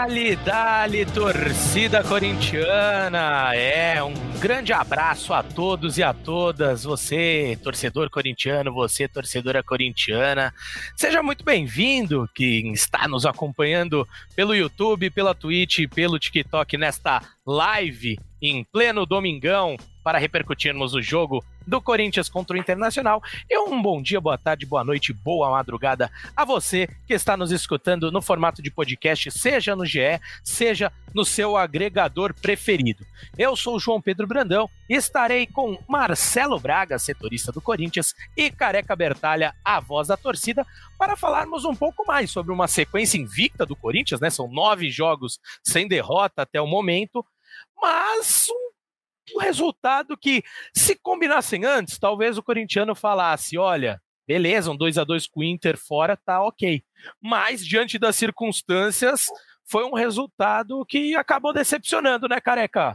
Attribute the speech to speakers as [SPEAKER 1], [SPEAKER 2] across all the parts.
[SPEAKER 1] Dali, torcida corintiana! Um grande abraço a todos e a todas, você, torcedor corintiano, você, torcedora corintiana. Seja muito bem-vindo, quem está nos acompanhando pelo YouTube, pela Twitch e pelo TikTok nesta live em pleno domingão para repercutirmos o jogo do Corinthians contra o Internacional. E um bom dia, boa tarde, boa noite, boa madrugada a você que está nos escutando no formato de podcast, seja no GE, seja no seu agregador preferido. Eu sou o João Pedro Brandão e estarei com Marcelo Braga, setorista do Corinthians, e Careca Bertalha, a voz da torcida, para falarmos um pouco mais sobre uma sequência invicta do Corinthians, né? São 9 jogos sem derrota até o momento, mas um resultado que, se combinassem antes, talvez o corintiano falasse, olha, beleza, um 2-2 com o Inter fora, tá ok. Mas, diante das circunstâncias, foi um resultado que acabou decepcionando, né, Careca?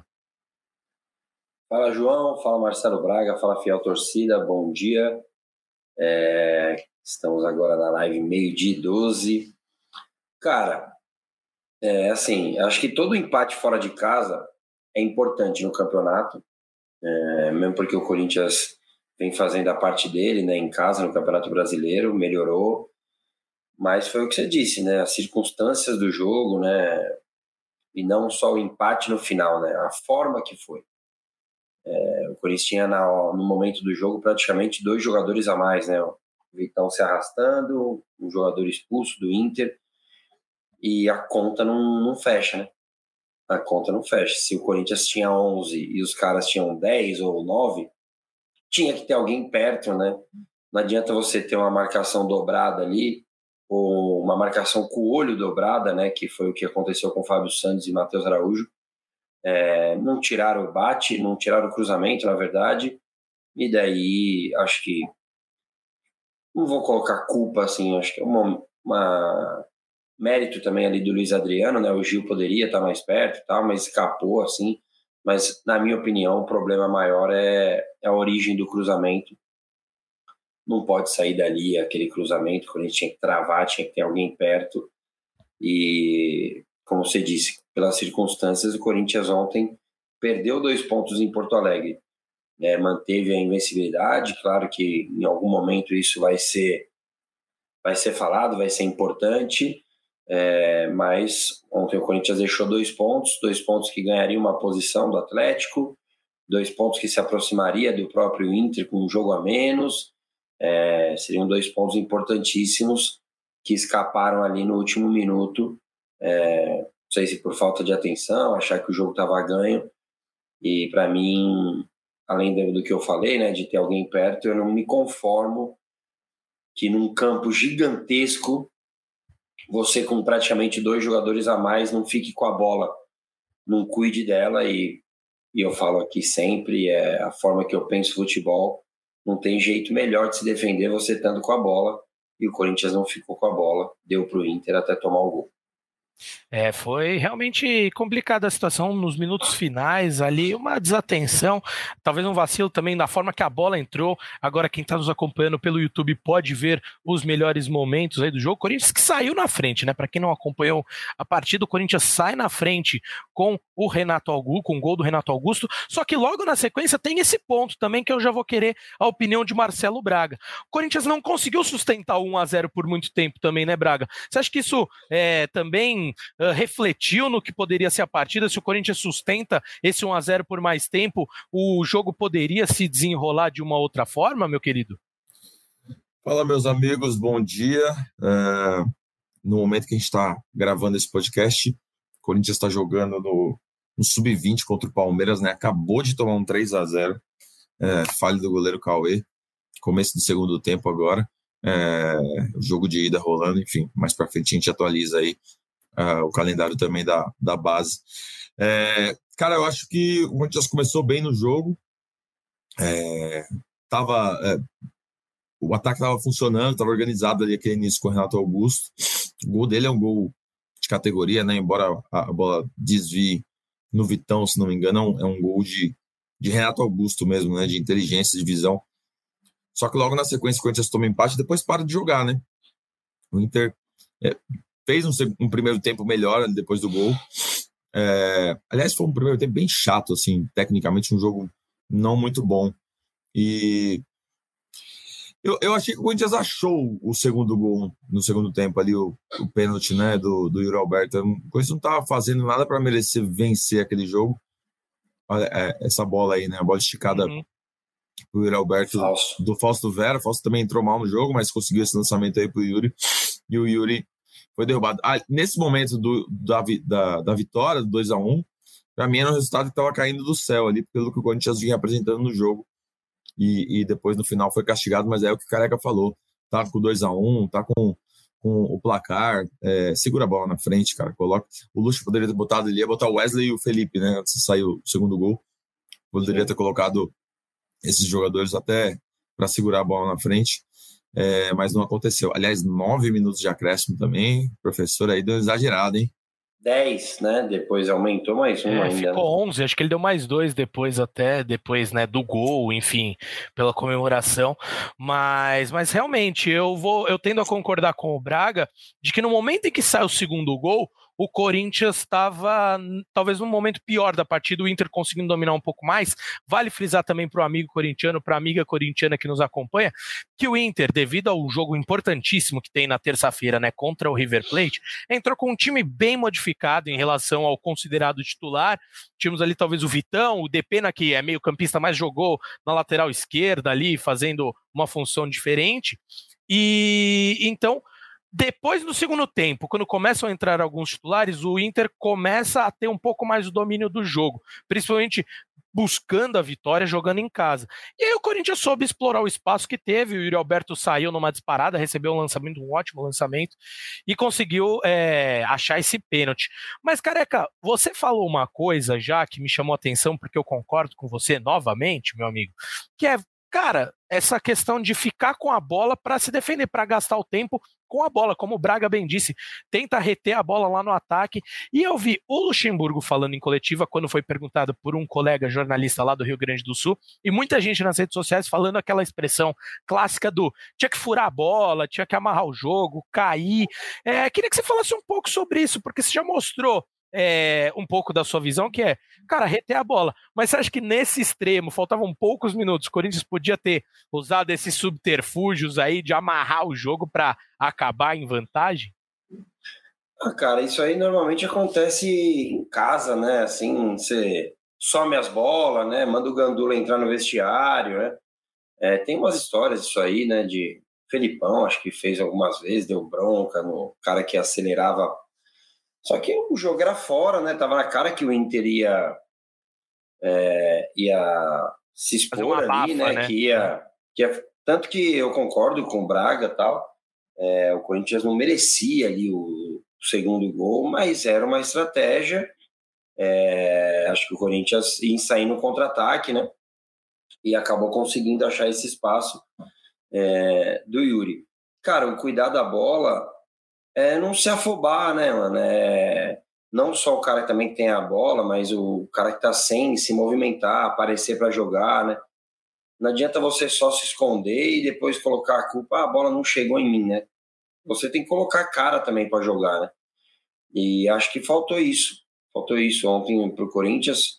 [SPEAKER 2] Fala, João, fala Marcelo Braga, fala fiel torcida, bom dia. Estamos agora na live 12:12. Cara, assim, acho que todo empate fora de casa é importante no campeonato, mesmo porque o Corinthians vem fazendo a parte dele, né, em casa, no Campeonato Brasileiro, melhorou, mas foi o que você disse, né, as circunstâncias do jogo, né, e não só o empate no final, né, a forma que foi. O Corinthians tinha no momento do jogo praticamente 2 jogadores a mais, né, o Vitão se arrastando, um jogador expulso do Inter, e a conta não fecha, né? A conta não fecha. Se o Corinthians tinha 11 e os caras tinham 10 ou 9, tinha que ter alguém perto, né? Não adianta você ter uma marcação dobrada ali, ou uma marcação com o olho dobrada, né? Que foi o que aconteceu com o Fábio Santos e Matheus Araújo. Não tiraram o bate, não tiraram o cruzamento, na verdade. E daí, acho que... Não vou colocar culpa, assim, acho que é uma mérito também ali do Luiz Adriano, né? O Gil poderia estar mais perto e tal, mas escapou, assim. Mas, na minha opinião, o problema maior é a origem do cruzamento. Não pode sair dali aquele cruzamento, quando a gente tinha que travar, tinha que ter alguém perto. E, como você disse, pelas circunstâncias, o Corinthians ontem perdeu 2 pontos em Porto Alegre. Manteve a invencibilidade, claro que em algum momento isso vai ser falado, vai ser importante, mas ontem o Corinthians deixou 2 pontos que ganhariam uma posição do Atlético, 2 pontos que se aproximaria do próprio Inter com um jogo a menos, seriam 2 pontos importantíssimos que escaparam ali no último minuto, não sei se por falta de atenção, achar que o jogo estava ganho, e para mim, além do que eu falei, né, de ter alguém perto, eu não me conformo que num campo gigantesco, você com praticamente 2 jogadores a mais não fique com a bola, não cuide dela, e eu falo aqui sempre, a forma que eu penso futebol, não tem jeito melhor de se defender você estando com a bola, e o Corinthians não ficou com a bola, deu para o Inter até tomar o gol.
[SPEAKER 1] Foi realmente complicada a situação nos minutos finais ali, uma desatenção, talvez um vacilo também da forma que a bola entrou. Agora quem está nos acompanhando pelo YouTube pode ver os melhores momentos aí do jogo. O Corinthians que saiu na frente, né? Para quem não acompanhou a partida, o Corinthians sai na frente com o Renato Augusto, com o gol do Renato Augusto, só que logo na sequência tem esse ponto também que eu já vou querer a opinião de Marcelo Braga. O Corinthians não conseguiu sustentar o 1-0 por muito tempo também, né, Braga? Você acha que isso também refletiu no que poderia ser a partida? Se o Corinthians sustenta esse 1-0 por mais tempo, o jogo poderia se desenrolar de uma outra forma, meu querido?
[SPEAKER 3] Fala, meus amigos, bom dia. No momento que a gente está gravando esse podcast, o Corinthians está jogando no Sub-20 contra o Palmeiras, né? Acabou de tomar um 3-0, falha do goleiro Cauê, começo do segundo tempo agora, o jogo de ida rolando, enfim, mais para frente a gente atualiza aí o calendário também da base. Cara, eu acho que o Corinthians começou bem no jogo, o ataque estava funcionando, estava organizado ali aquele início com o Renato Augusto. O gol dele é um gol de categoria, né? Embora a bola desvie no Vitão, se não me engano, é um gol de Renato Augusto mesmo, né? De inteligência, de visão. Só que logo na sequência o Corinthians toma empate e depois para de jogar, né? O Inter fez um primeiro tempo melhor depois do gol. Aliás, foi um primeiro tempo bem chato, assim, tecnicamente um jogo não muito bom. E eu achei que o Corinthians achou o segundo gol no segundo tempo ali, o pênalti, né, do Yuri Alberto. O Corinthians não estava fazendo nada para merecer vencer aquele jogo. Essa bola aí, né, a bola esticada pro Yuri Alberto, do Fausto Vera. O Fausto também entrou mal no jogo, mas conseguiu esse lançamento aí pro Yuri. E o Yuri foi derrubado. Nesse momento da vitória, do 2-1, para mim era um resultado que estava caindo do céu ali, pelo que o Corinthians vinha apresentando no jogo. E depois no final foi castigado, mas é o que o Careca falou. Tá com 2-1, tá com o placar, segura a bola na frente, cara. Coloca. O Lucho poderia ter botado ali, ia botar o Wesley e o Felipe, né? Antes de sair o segundo gol. Poderia ter colocado esses jogadores até para segurar a bola na frente, mas não aconteceu. Aliás, 9 minutos de acréscimo também. O professor aí deu exagerado, hein?
[SPEAKER 2] 10, né? Depois aumentou mais um ainda.
[SPEAKER 1] Ficou 11, acho que ele deu mais 2 depois, né, do gol, enfim, pela comemoração. Mas realmente, eu tendo a concordar com o Braga de que no momento em que sai o segundo gol, o Corinthians estava talvez num momento pior da partida, o Inter conseguindo dominar um pouco mais. Vale frisar também para o amigo corintiano, para a amiga corintiana que nos acompanha, que o Inter, devido ao jogo importantíssimo que tem na terça-feira, né, contra o River Plate, entrou com um time bem modificado em relação ao considerado titular. Tínhamos ali talvez o Vitão, o Depena, que é meio campista, mas jogou na lateral esquerda ali, fazendo uma função diferente. E então, depois do segundo tempo, quando começam a entrar alguns titulares, o Inter começa a ter um pouco mais o domínio do jogo, principalmente buscando a vitória, jogando em casa. E aí o Corinthians soube explorar o espaço que teve, o Yuri Alberto saiu numa disparada, recebeu um lançamento, um ótimo lançamento, e conseguiu achar esse pênalti. Mas, Careca, você falou uma coisa já que me chamou a atenção, porque eu concordo com você novamente, meu amigo, que é, cara, essa questão de ficar com a bola para se defender, para gastar o tempo com a bola, como o Braga bem disse, tenta reter a bola lá no ataque. E eu vi o Luxemburgo falando em coletiva quando foi perguntado por um colega jornalista lá do Rio Grande do Sul, e muita gente nas redes sociais falando aquela expressão clássica do tinha que furar a bola, tinha que amarrar o jogo, cair. Queria que você falasse um pouco sobre isso, porque você já mostrou um pouco da sua visão, que é, cara, reter a bola. Mas você acha que nesse extremo, faltavam poucos minutos, o Corinthians podia ter usado esses subterfúgios aí de amarrar o jogo para acabar em vantagem?
[SPEAKER 2] Cara, isso aí normalmente acontece em casa, né? Assim, você some as bolas, né? Manda o Gandula entrar no vestiário, né? Tem umas histórias disso aí, né? De Felipão, acho que fez algumas vezes, deu bronca no cara que acelerava. Só que o jogo era fora, né? Tava na cara que o Inter ia se expor ali, né? Que ia, tanto que eu concordo com o Braga e tal. O Corinthians não merecia ali o segundo gol, mas era uma estratégia. Acho que o Corinthians ia sair no contra-ataque, né? E acabou conseguindo achar esse espaço do Yuri. Cara, o cuidar da bola não se afobar, né, mano? Não só o cara que também tem a bola, mas o cara que tá sem se movimentar, aparecer para jogar, né? Não adianta você só se esconder e depois colocar a culpa, a bola não chegou em mim, né? Você tem que colocar a cara também para jogar, né? E acho que faltou isso. Faltou isso ontem pro Corinthians.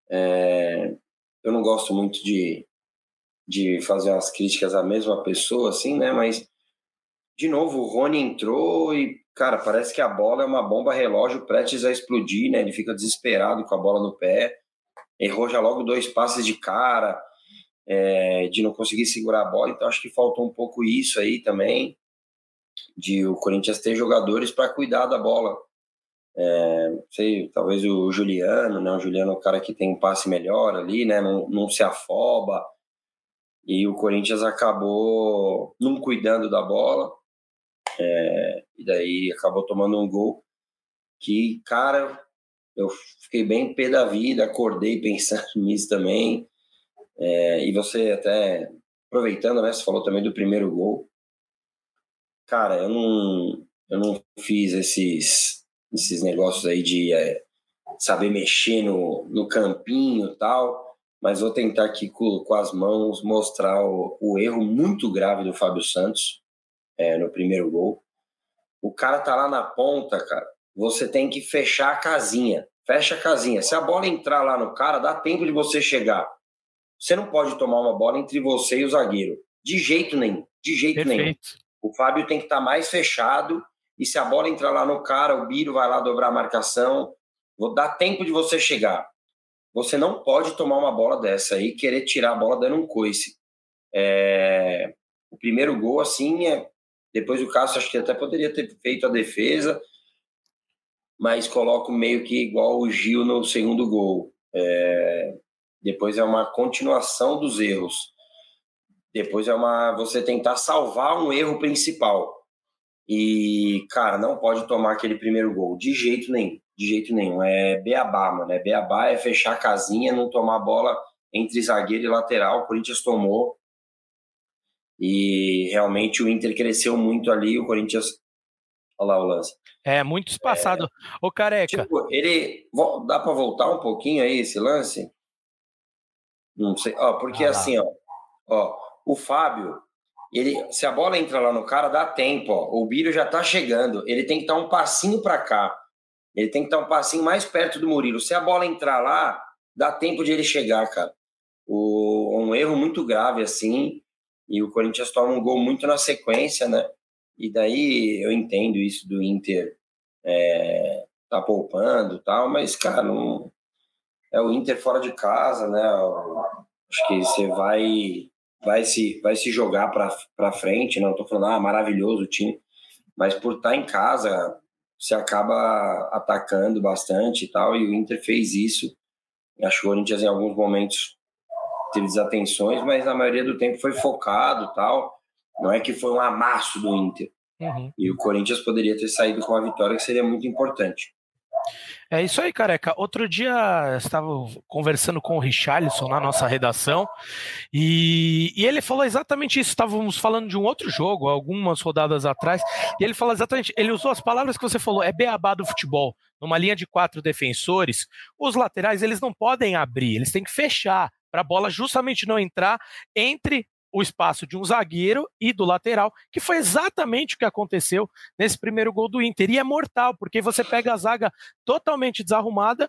[SPEAKER 2] Eu não gosto muito de fazer umas críticas à mesma pessoa, assim, né? Mas de novo, o Rony entrou e, cara, parece que a bola é uma bomba relógio prestes a explodir, né? Ele fica desesperado com a bola no pé. Errou já logo 2 passes de cara, de não conseguir segurar a bola. Então, acho que faltou um pouco isso aí também, de o Corinthians ter jogadores para cuidar da bola. Sei, talvez o Juliano, né? O Juliano é um cara que tem um passe melhor ali, né? Não se afoba. E o Corinthians acabou não cuidando da bola. E daí acabou tomando um gol que, cara, eu fiquei bem pé da vida, acordei pensando nisso também. E você até, aproveitando, né, você falou também do primeiro gol. Cara, eu não fiz esses negócios aí de saber mexer no campinho e tal, mas vou tentar aqui com as mãos mostrar o erro muito grave do Fábio Santos no primeiro gol. o cara tá lá na ponta, cara, você tem que fechar a casinha. Fecha a casinha. Se a bola entrar lá no cara, dá tempo de você chegar. Você não pode tomar uma bola entre você e o zagueiro. De jeito nenhum. De jeito
[SPEAKER 1] Perfeito.
[SPEAKER 2] nenhum. O Fábio tem que estar mais fechado, e se a bola entrar lá no cara, o Biro vai lá dobrar a marcação. Vou dar tempo de você chegar. Você não pode tomar uma bola dessa aí e querer tirar a bola dando um coice. O primeiro gol, assim, depois o Cássio acho que até poderia ter feito a defesa, mas coloco meio que igual o Gil no segundo gol. Depois é uma continuação dos erros. Depois você tentar salvar um erro principal. E, cara, não pode tomar aquele primeiro gol. De jeito nenhum. De jeito nenhum. É beabá, mano. Beabá é fechar a casinha, não tomar bola entre zagueiro e lateral. O Corinthians tomou. E realmente o Inter cresceu muito ali. O Corinthians... Olha lá o lance.
[SPEAKER 1] Muito espaçado. Ô, Careca.
[SPEAKER 2] Tipo, dá pra voltar um pouquinho aí esse lance? Não sei. Porque assim, o Fábio, se a bola entra lá no cara, dá tempo. O Biro já tá chegando. Ele tem que dar um passinho pra cá. Ele tem que dar um passinho mais perto do Murilo. Se a bola entrar lá, dá tempo de ele chegar, cara. Um erro muito grave, assim. E o Corinthians toma um gol muito na sequência, né? E daí eu entendo isso do Inter tá poupando e tal, mas, cara, não... é o Inter fora de casa, né? Acho que você vai se jogar para frente, não estou falando, maravilhoso o time, mas por estar em casa, você acaba atacando bastante e tal, e o Inter fez isso. Acho que o Corinthians em alguns momentos teve desatenções, mas na maioria do tempo foi focado e tal. Não é que foi um amasso do Inter.
[SPEAKER 1] Uhum.
[SPEAKER 2] E o Corinthians poderia ter saído com uma vitória que seria muito importante.
[SPEAKER 1] É isso aí, Careca. Outro dia eu estava conversando com o Richarlison na nossa redação e ele falou exatamente isso. Estávamos falando de um outro jogo, algumas rodadas atrás, e ele falou exatamente, ele usou as palavras que você falou, é beabá do futebol. Numa linha de 4 defensores, os laterais eles não podem abrir, eles têm que fechar para a bola justamente não entrar entre o espaço de um zagueiro e do lateral, que foi exatamente o que aconteceu nesse primeiro gol do Inter. E é mortal, porque você pega a zaga totalmente desarrumada,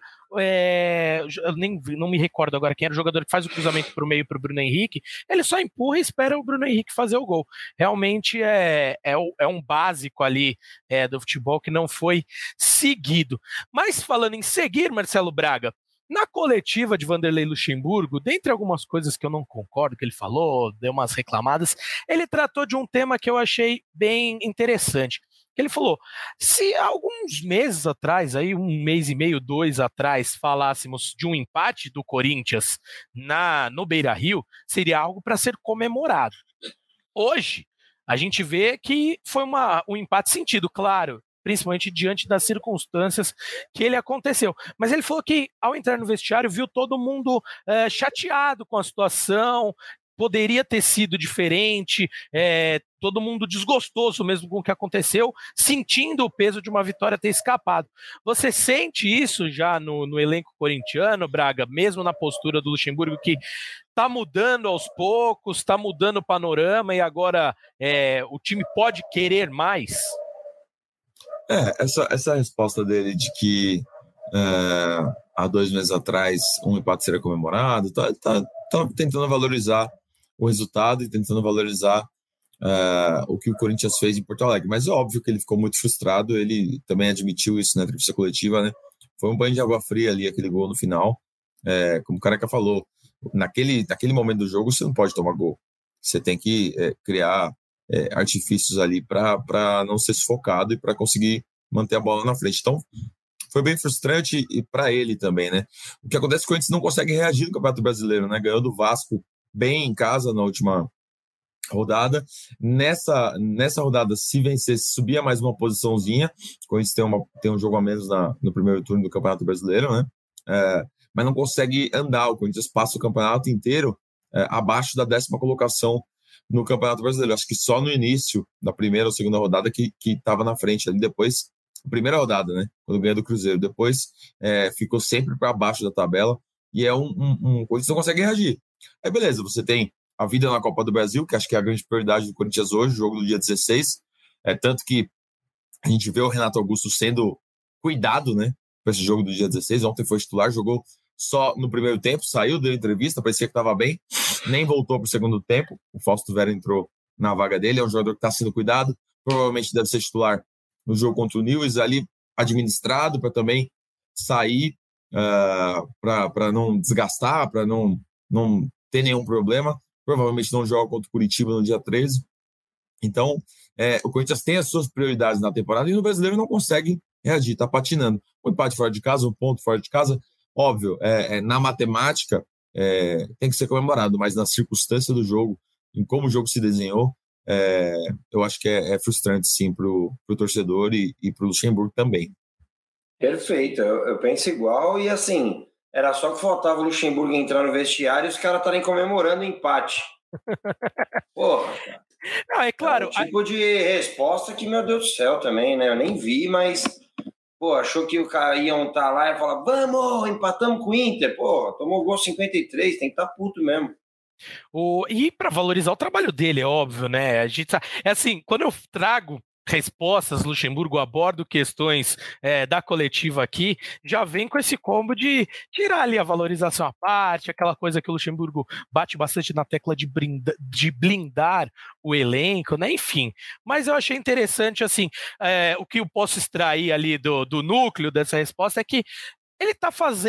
[SPEAKER 1] eu não me recordo agora quem era o jogador que faz o cruzamento para o meio para o Bruno Henrique, ele só empurra e espera o Bruno Henrique fazer o gol. Realmente é um básico ali do futebol que não foi seguido. Mas falando em seguir, Marcelo Braga, na coletiva de Vanderlei Luxemburgo, dentre algumas coisas que eu não concordo que ele falou, deu umas reclamadas, ele tratou de um tema que eu achei bem interessante. Ele falou, se alguns meses atrás, aí 1 mês e meio, 2 atrás, falássemos de um empate do Corinthians no Beira-Rio, seria algo para ser comemorado. Hoje, a gente vê que foi um empate sentido, claro, principalmente diante das circunstâncias que ele aconteceu. Mas ele falou que, ao entrar no vestiário, viu todo mundo chateado com a situação, poderia ter sido diferente, todo mundo desgostoso mesmo com o que aconteceu, sentindo o peso de uma vitória ter escapado. Você sente isso já no elenco corintiano, Braga, mesmo na postura do Luxemburgo, que está mudando aos poucos, está mudando o panorama e agora o time pode querer mais?
[SPEAKER 3] Essa resposta dele de que há 2 meses atrás um empate seria comemorado, tá tentando valorizar o resultado e tentando valorizar o que o Corinthians fez em Porto Alegre. Mas é óbvio que ele ficou muito frustrado, ele também admitiu isso na entrevista coletiva, né? Foi um banho de água fria ali, aquele gol no final. Como o Careca falou, naquele momento do jogo você não pode tomar gol. Você tem que criar artifícios ali para não ser sufocado e para conseguir manter a bola na frente. Então, foi bem frustrante e para ele também, né? O que acontece é que o Corinthians não consegue reagir no Campeonato Brasileiro, né? Ganhou do Vasco bem em casa na última rodada. Nessa rodada, se vencesse, subia mais uma posiçãozinha. O Corinthians tem um jogo a menos no primeiro turno do Campeonato Brasileiro, né? Mas não consegue andar. O Corinthians passa o campeonato inteiro abaixo da 10ª colocação no Campeonato Brasileiro. Acho que só no início da primeira ou segunda rodada que estava na frente. Ali depois, a primeira rodada, né? Quando ganha do Cruzeiro. Depois ficou sempre para baixo da tabela e o Corinthians não consegue reagir. Aí beleza, você tem a vida na Copa do Brasil, que acho que é a grande prioridade do Corinthians hoje, jogo do dia 16. Tanto que A gente vê o Renato Augusto sendo cuidado, né, para esse jogo do dia 16. Ontem foi titular, jogou só no primeiro tempo, saiu, deu entrevista, parecia que estava bem, nem voltou para o segundo tempo. O Fausto Vera entrou na vaga dele, é um jogador que está sendo cuidado, provavelmente deve ser titular no jogo contra o Newell's, ali administrado para também sair, para não desgastar, para não ter nenhum problema. Provavelmente não joga contra o Curitiba no dia 13. Então, o Corinthians tem as suas prioridades na temporada e no Brasileiro não consegue reagir, está patinando. Um empate fora de casa, um ponto fora de casa, óbvio, na matemática tem que ser comemorado, mas na circunstância do jogo, em como o jogo se desenhou, eu acho que é frustrante sim para o torcedor e para o Luxemburgo também.
[SPEAKER 2] Perfeito, eu penso igual e assim, era só que faltava o Luxemburgo entrar no vestiário e os caras estarem comemorando o empate. Porra, cara.
[SPEAKER 1] Não, é claro.
[SPEAKER 2] É um tipo de resposta que, meu Deus do céu, também, né? Eu nem vi, mas, pô, achou que o cara iam estar lá e falar, vamos, empatamos com o Inter. Pô, tomou gol 53, tem que estar puto mesmo.
[SPEAKER 1] E para valorizar o trabalho dele, é óbvio, né? A gente é assim, quando eu trago respostas, Luxemburgo, abordo questões da coletiva aqui, já vem com esse combo de tirar ali a valorização à parte, aquela coisa que o Luxemburgo bate bastante na tecla de blindar o elenco, né? Enfim, mas eu achei interessante, assim, o que eu posso extrair ali do núcleo dessa resposta é que ele está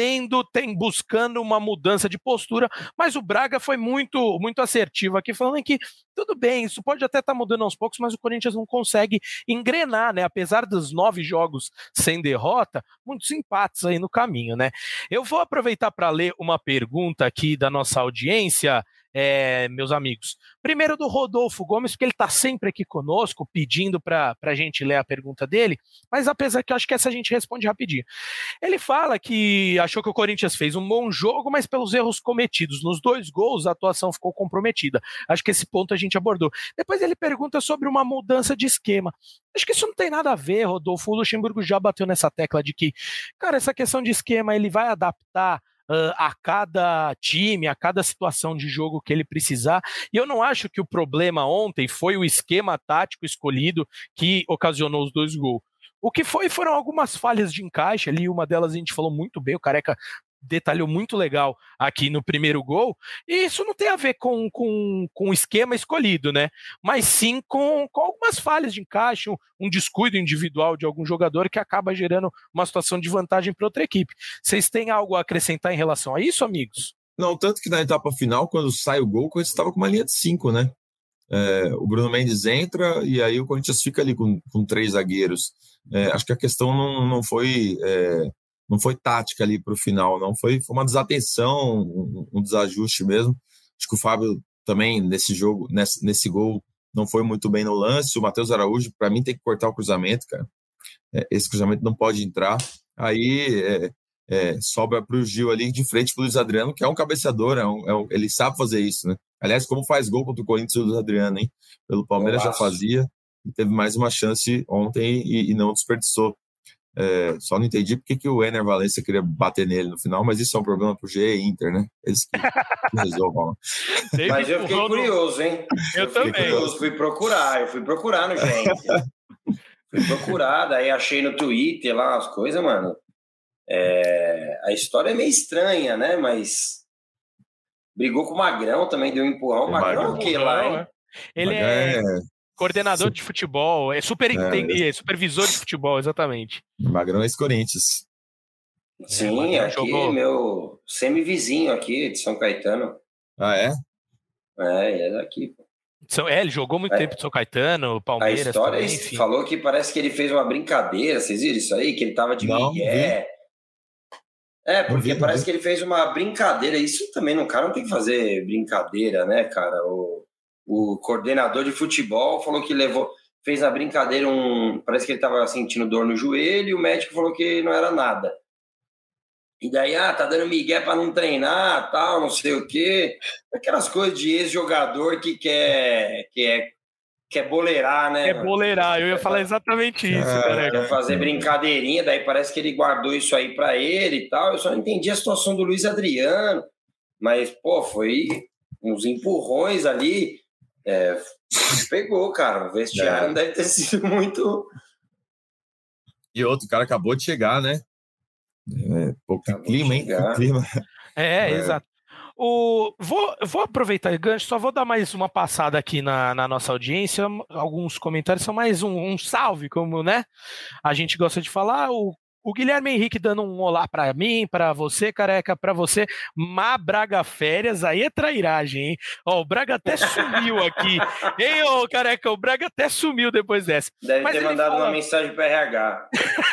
[SPEAKER 1] buscando uma mudança de postura, mas o Braga foi muito, muito assertivo aqui, falando que tudo bem, isso pode até estar mudando aos poucos, mas o Corinthians não consegue engrenar, né? Apesar dos 9 jogos sem derrota, muitos empates aí no caminho, né? Eu vou aproveitar para ler uma pergunta aqui da nossa audiência, meus amigos. Primeiro do Rodolfo Gomes, porque ele está sempre aqui conosco, pedindo para a gente ler a pergunta dele, mas apesar que eu acho que essa a gente responde rapidinho. Ele fala que achou que o Corinthians fez um bom jogo, mas pelos erros cometidos nos 2 gols, a atuação ficou comprometida. Acho que esse ponto a gente abordou. Depois ele pergunta sobre uma mudança de esquema. Acho que isso não tem nada a ver, Rodolfo. O Luxemburgo já bateu nessa tecla de que, cara, essa questão de esquema ele vai adaptar a cada time, a cada situação de jogo que ele precisar, e eu não acho que o problema ontem foi o esquema tático escolhido que ocasionou os 2 gols. O que foram algumas falhas de encaixe ali, uma delas a gente falou muito bem, o Careca detalhou muito legal aqui no primeiro gol, e isso não tem a ver com o esquema escolhido, né? Mas sim com algumas falhas de encaixe, um descuido individual de algum jogador que acaba gerando uma situação de vantagem para outra equipe. Vocês têm algo a acrescentar em relação a isso, amigos?
[SPEAKER 3] Não, tanto que na etapa final, quando sai o gol, o Corinthians estava com uma linha de 5, né? O Bruno Mendes entra e aí o Corinthians fica ali com 3 zagueiros. Acho que a questão não foi tática ali para o final, não foi uma desatenção, um desajuste mesmo. Acho que o Fábio também nesse jogo, nesse gol, não foi muito bem no lance. O Matheus Araújo, para mim, tem que cortar o cruzamento, cara. Esse cruzamento não pode entrar. Aí sobra para o Gil ali de frente para o Luiz Adriano, que é um cabeceador, ele sabe fazer isso, né? Aliás, como faz gol contra o Corinthians, o Luiz Adriano, hein? Pelo Palmeiras já fazia, e teve mais uma chance ontem e não desperdiçou. Só não entendi porque que o Ener Valencia queria bater nele no final, mas isso é um problema pro G e Inter, né? Eles que resolvam.
[SPEAKER 2] Mas eu fiquei curioso, hein?
[SPEAKER 1] Eu também.
[SPEAKER 2] Curioso, fui procurar no G Inter. Fui procurar, daí achei no Twitter lá as coisas, mano. A história é meio estranha, né? Mas brigou com o Magrão também, deu um empurrão. O Magrão é o que lá, hein?
[SPEAKER 1] Ele é coordenador de futebol, supervisor de futebol, exatamente.
[SPEAKER 3] O Magrão é ex-Corinthians.
[SPEAKER 2] Sim, aqui jogou. Meu semi-vizinho aqui de São Caetano.
[SPEAKER 3] Ah, é?
[SPEAKER 2] Ele é daqui.
[SPEAKER 1] Ele jogou muito tempo de São Caetano, Palmeiras.
[SPEAKER 2] A história
[SPEAKER 1] também,
[SPEAKER 2] falou que parece que ele fez uma brincadeira, vocês viram isso aí? Que ele tava de migué. Porque parece que ele fez uma brincadeira. Isso também, o cara não tem que fazer brincadeira, né, cara? O coordenador de futebol falou que fez na brincadeira parece que ele estava sentindo dor no joelho e o médico falou que não era nada. E daí, tá dando migué para não treinar, tal, não sei o quê. Aquelas coisas de ex-jogador que quer boleirar, né?
[SPEAKER 1] Quer boleirar, eu ia falar exatamente isso, cara.
[SPEAKER 2] Quer fazer brincadeirinha, daí parece que ele guardou isso aí para ele e tal. Eu só não entendi a situação do Luiz Adriano, mas, foi uns empurrões ali. Pegou, cara. O vestiário não deve ter sido muito
[SPEAKER 3] E outro cara acabou de chegar, né? Que clima, hein? Que clima.
[SPEAKER 1] Exato. Vou aproveitar o gancho, só vou dar mais uma passada aqui na nossa audiência. Alguns comentários são mais um salve, como, né? A gente gosta de falar. O Guilherme Henrique dando um olá para mim, para você, Careca, para você. Braga Férias, aí é trairagem, hein? Ó, o Braga até sumiu aqui. Hein, ô Careca, o Braga até sumiu depois dessa.
[SPEAKER 2] Deve ter mandado uma mensagem para RH.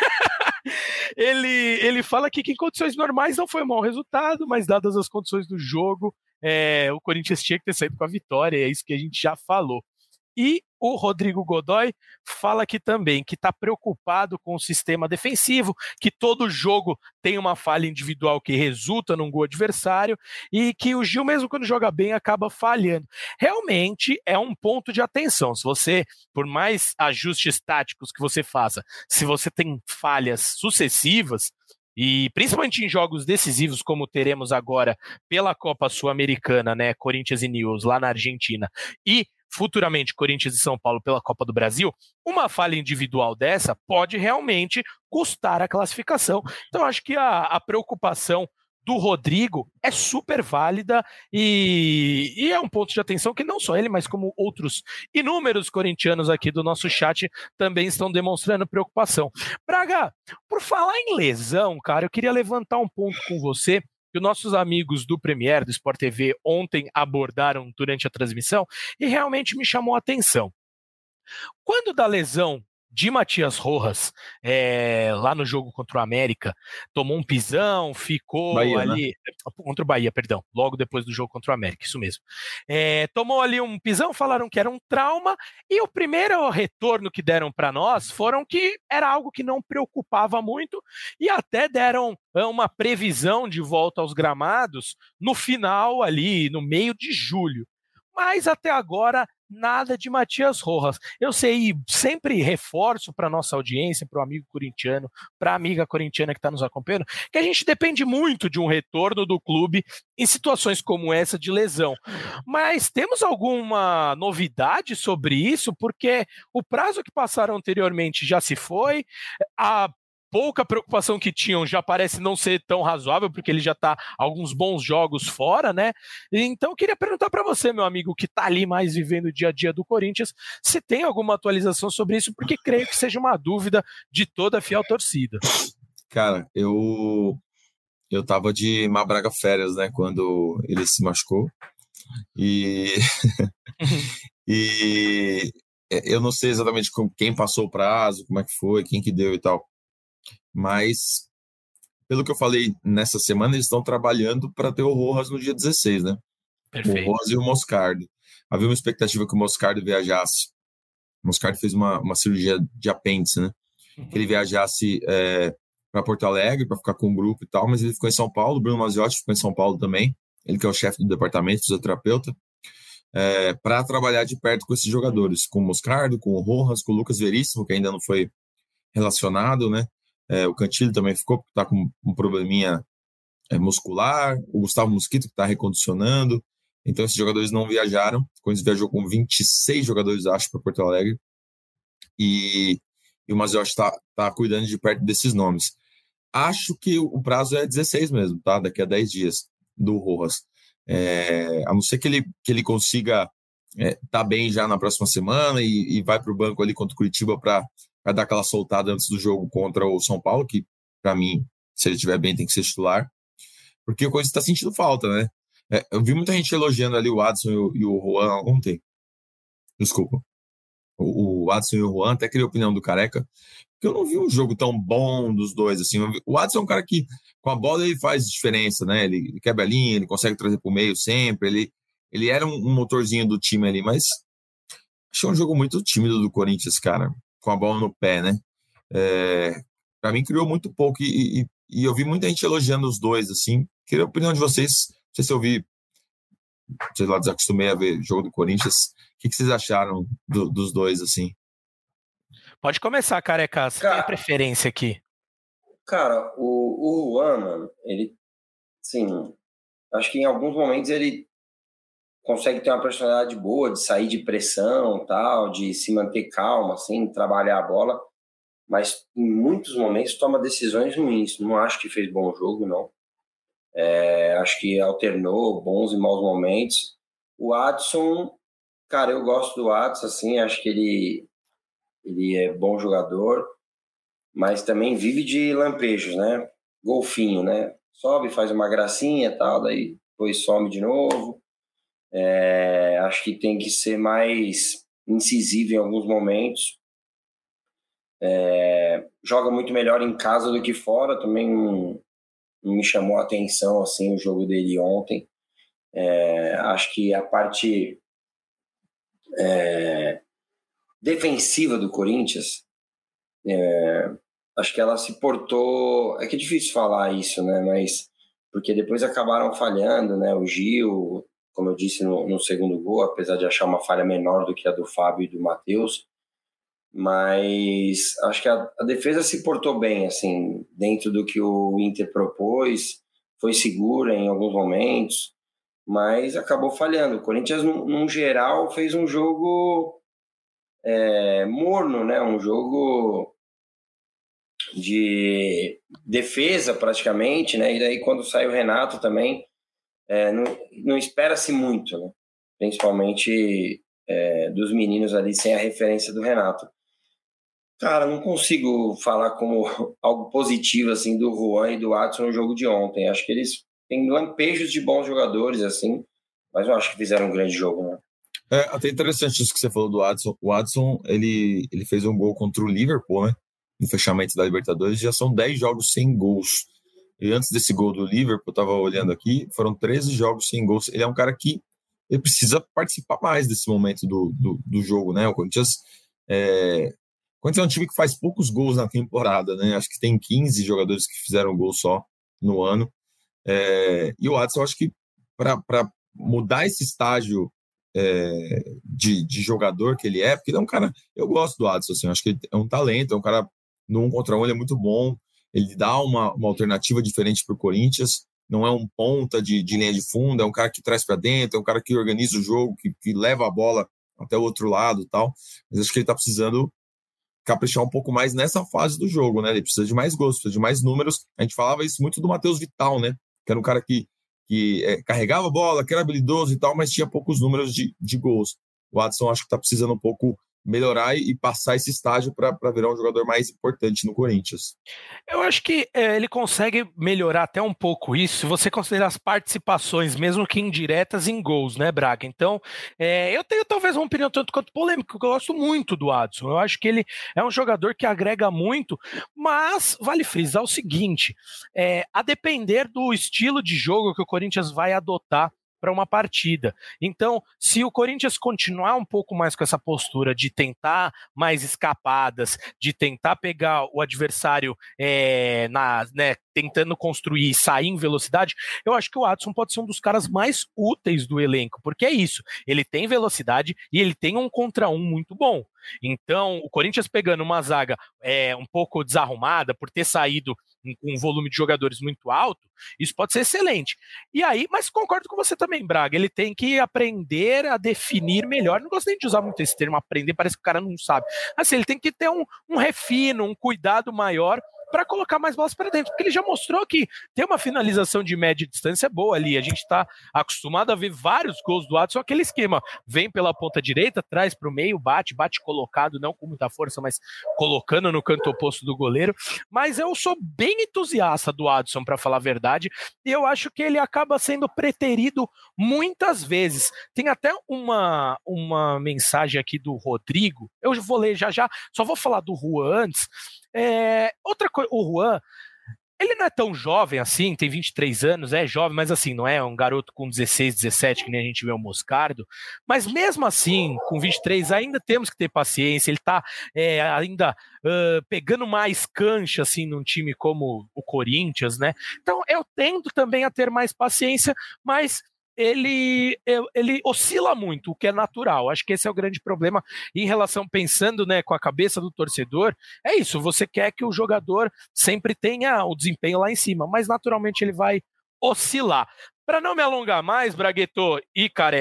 [SPEAKER 1] Ele fala que em condições normais não foi um mau resultado, mas dadas as condições do jogo, o Corinthians tinha que ter saído com a vitória, é isso que a gente já falou. E o Rodrigo Godoy fala aqui também que está preocupado com o sistema defensivo, que todo jogo tem uma falha individual que resulta num gol adversário e que o Gil, mesmo quando joga bem, acaba falhando. Realmente é um ponto de atenção. Se você, por mais ajustes táticos que você faça, se você tem falhas sucessivas, e principalmente em jogos decisivos como teremos agora pela Copa Sul-Americana, né, Corinthians e Newell's lá na Argentina, e futuramente Corinthians e São Paulo pela Copa do Brasil, uma falha individual dessa pode realmente custar a classificação. Então acho que a preocupação do Rodrigo é super válida e é um ponto de atenção que não só ele, mas como outros inúmeros corintianos aqui do nosso chat também estão demonstrando preocupação. Braga, por falar em lesão, cara, eu queria levantar um ponto com você que os nossos amigos do Premier, do Sport TV, ontem abordaram durante a transmissão e realmente me chamou a atenção. Quando da lesão de Matias Rojas, lá no jogo contra o América, tomou um pisão, ficou
[SPEAKER 3] Bahia,
[SPEAKER 1] ali...
[SPEAKER 3] Né?
[SPEAKER 1] Contra o Bahia, perdão, logo depois do jogo contra o América, isso mesmo. Tomou ali um pisão, falaram que era um trauma, e o primeiro retorno que deram para nós foram que era algo que não preocupava muito, e até deram uma previsão de volta aos gramados no final ali, no meio de julho. Mas até agora, nada de Matias Rojas. Eu sei, sempre reforço para a nossa audiência, para o amigo corintiano, para a amiga corintiana que está nos acompanhando, que a gente depende muito de um retorno do clube em situações como essa de lesão. Mas temos alguma novidade sobre isso? Porque o prazo que passaram anteriormente já se foi, a pouca preocupação que tinham já parece não ser tão razoável, porque ele já está alguns bons jogos fora, né? Então, eu queria perguntar para você, meu amigo, que está ali mais vivendo o dia a dia do Corinthians, se tem alguma atualização sobre isso, porque creio que seja uma dúvida de toda a fiel torcida.
[SPEAKER 3] Cara, eu tava de Braga Férias, né, quando ele se machucou, e eu não sei exatamente quem passou o prazo, como é que foi, quem que deu e tal. Mas, pelo que eu falei, nessa semana eles estão trabalhando para ter o Rojas no dia 16, né? Perfeito. O Rojas e o Moscardo. Havia uma expectativa que o Moscardo viajasse. O Moscardo fez uma cirurgia de apêndice, né? Que ele viajasse para Porto Alegre para ficar com o grupo e tal, mas ele ficou em São Paulo. O Bruno Maziotti ficou em São Paulo também. Ele que é o chefe do departamento, fisioterapeuta, para trabalhar de perto com esses jogadores, com o Moscardo, com o Rojas, com o Lucas Veríssimo, que ainda não foi relacionado, né? O Cantillo também ficou, porque está com um probleminha muscular. O Gustavo Mosquito, que está recondicionando. Então, esses jogadores não viajaram. O Corinthians viajou com 26 jogadores, acho, para Porto Alegre. E o Maziotti está cuidando de perto desses nomes. Acho que o prazo é 16 mesmo, tá? Daqui a 10 dias do Rojas. A não ser que ele consiga tá bem já na próxima semana e vai para o banco ali contra o Curitiba para dar aquela soltada antes do jogo contra o São Paulo, que para mim, se ele estiver bem, tem que ser titular, porque o Corinthians está sentindo falta, né? Eu vi muita gente elogiando ali o Adson e o Juan ontem. Desculpa. O Adson e o Juan, até queria a opinião do Careca, porque eu não vi um jogo tão bom dos dois, assim. O Adson é um cara que, com a bola, ele faz diferença, né? Ele quebra a linha, ele consegue trazer para o meio sempre, ele era um motorzinho do time ali, mas achei um jogo muito tímido do Corinthians, cara, com a bola no pé, né? Para mim, criou muito pouco, e eu vi muita gente elogiando os dois, assim. Queria a opinião de vocês, não sei se eu vi, sei lá, desacostumei a ver jogo do Corinthians. O que vocês acharam dos dois, assim?
[SPEAKER 1] Pode começar, Careca, você tem a preferência aqui.
[SPEAKER 2] Cara, o Juan, mano, ele, sim, acho que em alguns momentos ele consegue ter uma personalidade boa, de sair de pressão, tal, de se manter calmo, assim, trabalhar a bola, mas em muitos momentos toma decisões ruins. Não acho que fez bom jogo, não. Acho que alternou bons e maus momentos. O Adson, cara, eu gosto do Adson, assim, acho que ele é bom jogador, mas também vive de lampejos, né? Golfinho, né? Sobe, faz uma gracinha e tal, daí depois some de novo. Acho que tem que ser mais incisivo em alguns momentos. Joga muito melhor em casa do que fora, também não me chamou a atenção assim, o jogo dele ontem. Acho que a parte defensiva do Corinthians, acho que ela se portou... É que é difícil falar isso, né? Mas porque depois acabaram falhando, né? O Gil, como eu disse no segundo gol, apesar de achar uma falha menor do que a do Fábio e do Matheus, mas acho que a defesa se portou bem, assim, dentro do que o Inter propôs, foi segura em alguns momentos, mas acabou falhando. O Corinthians, num geral, fez um jogo morno, né? Um jogo de defesa, praticamente, né? E daí, quando sai o Renato também, não espera-se muito, né? Principalmente dos meninos ali, sem a referência do Renato. Cara, não consigo falar como algo positivo assim do Juan e do Adson no jogo de ontem. Acho que eles têm lampejos de bons jogadores, assim, mas eu acho que fizeram um grande jogo, né?
[SPEAKER 3] Até interessante isso que você falou do Adson. O Adson, ele fez um gol contra o Liverpool, né? No fechamento da Libertadores, já são 10 jogos sem gols. E antes desse gol do Liverpool, eu estava olhando aqui, foram 13 jogos sem gols. Ele é um cara que ele precisa participar mais desse momento do jogo, né? O Corinthians é um time que faz poucos gols na temporada, né? Acho que tem 15 jogadores que fizeram gol só no ano. E o Adson, acho que para mudar esse estágio de jogador que ele porque ele é um cara... Eu gosto do Adson, assim, acho que ele é um talento, é um cara no 1 contra 1, ele é muito bom, ele dá uma alternativa diferente para o Corinthians, não é um ponta de linha de fundo, é um cara que traz para dentro, é um cara que organiza o jogo, que leva a bola até o outro lado e tal, mas acho que ele está precisando caprichar um pouco mais nessa fase do jogo, né? Ele precisa de mais gols, precisa de mais números. A gente falava isso muito do Matheus Vital, né? Que era um cara que carregava a bola, que era habilidoso e tal, mas tinha poucos números de gols. O Adson acho que está precisando um pouco melhorar e passar esse estágio para virar um jogador mais importante no Corinthians.
[SPEAKER 1] Eu acho que ele consegue melhorar até um pouco isso, se você considerar as participações, mesmo que indiretas, em gols, né, Braga? Então, eu tenho talvez uma opinião tanto quanto polêmica, porque eu gosto muito do Adson. Eu acho que ele é um jogador que agrega muito, mas vale frisar o seguinte, a depender do estilo de jogo que o Corinthians vai adotar para uma partida. Então, se o Corinthians continuar um pouco mais com essa postura de tentar mais escapadas, de tentar pegar o adversário tentando construir e sair em velocidade, eu acho que o Adson pode ser um dos caras mais úteis do elenco, porque é isso, ele tem velocidade e ele tem 1 contra 1 muito bom. Então, o Corinthians pegando uma zaga um pouco desarrumada, por ter saído com um volume de jogadores muito alto, isso pode ser excelente. E aí, mas concordo com você também, Braga, ele tem que aprender a definir melhor. Não gosto nem de usar muito esse termo, aprender, parece que o cara não sabe. Assim, ele tem que ter um refino, um cuidado maior para colocar mais bolas para dentro, porque ele já mostrou que tem uma finalização de média distância boa ali. A gente está acostumado a ver vários gols do Adson, aquele esquema, vem pela ponta direita, traz para o meio, bate colocado, não com muita força, mas colocando no canto oposto do goleiro. Mas eu sou bem entusiasta do Adson, para falar a verdade, e eu acho que ele acaba sendo preterido muitas vezes. Tem até uma mensagem aqui do Rodrigo, eu vou ler já, só vou falar do Juan antes. Outra coisa, o Juan, ele não é tão jovem assim, tem 23 anos, é jovem, mas assim, não é um garoto com 16, 17, que nem a gente vê o Moscardo, mas mesmo assim, com 23, ainda temos que ter paciência, ele tá ainda pegando mais cancha, assim, num time como o Corinthians, né? Então, eu tendo também a ter mais paciência, mas ele oscila muito, o que é natural. Acho que esse é o grande problema em relação, pensando, né, com a cabeça do torcedor, é isso, você quer que o jogador sempre tenha o desempenho lá em cima, mas naturalmente ele vai oscilar. Para não me alongar mais, Bragueto e Careca,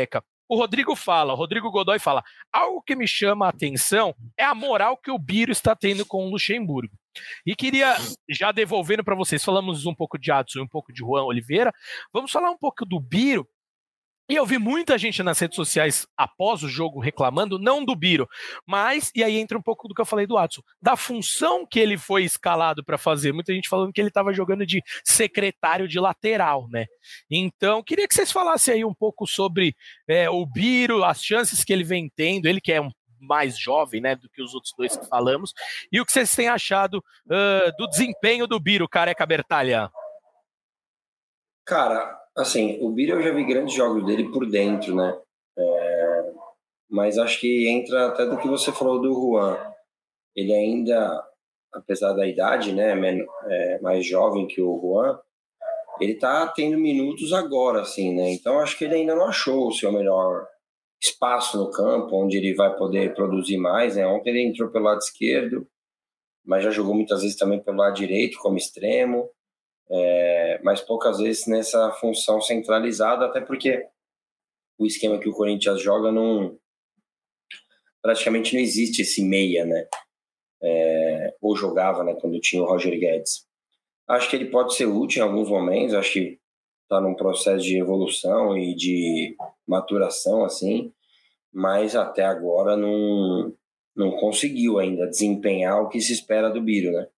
[SPEAKER 1] o Rodrigo Godoy fala, algo que me chama a atenção é a moral que o Biro está tendo com o Luxemburgo. E queria, já devolvendo para vocês, falamos um pouco de Adson e um pouco de Juan Oliveira, vamos falar um pouco do Biro. E eu vi muita gente nas redes sociais após o jogo reclamando, não do Biro, mas, e aí entra um pouco do que eu falei do Adson, da função que ele foi escalado para fazer. Muita gente falando que ele estava jogando de secretário de lateral, né? Então, queria que vocês falassem aí um pouco sobre o Biro, as chances que ele vem tendo, ele que é mais jovem, né, do que os outros dois que falamos, e o que vocês têm achado do desempenho do Biro, Careca Bertalha.
[SPEAKER 2] Cara, assim, o Biro eu já vi grandes jogos dele por dentro, né? Mas acho que entra até do que você falou do Juan. Ele ainda, apesar da idade, né, mais jovem que o Juan, ele tá tendo minutos agora, assim, né? Então acho que ele ainda não achou o seu melhor espaço no campo, onde ele vai poder produzir mais, né? Ontem ele entrou pelo lado esquerdo, mas já jogou muitas vezes também pelo lado direito, como extremo. Mas poucas vezes nessa função centralizada, até porque o esquema que o Corinthians joga praticamente não existe esse meia, né? Ou jogava, né, quando tinha o Roger Guedes. Acho que ele pode ser útil em alguns momentos, acho que está num processo de evolução e de maturação, assim, mas até agora não conseguiu ainda desempenhar o que se espera do Biro, né?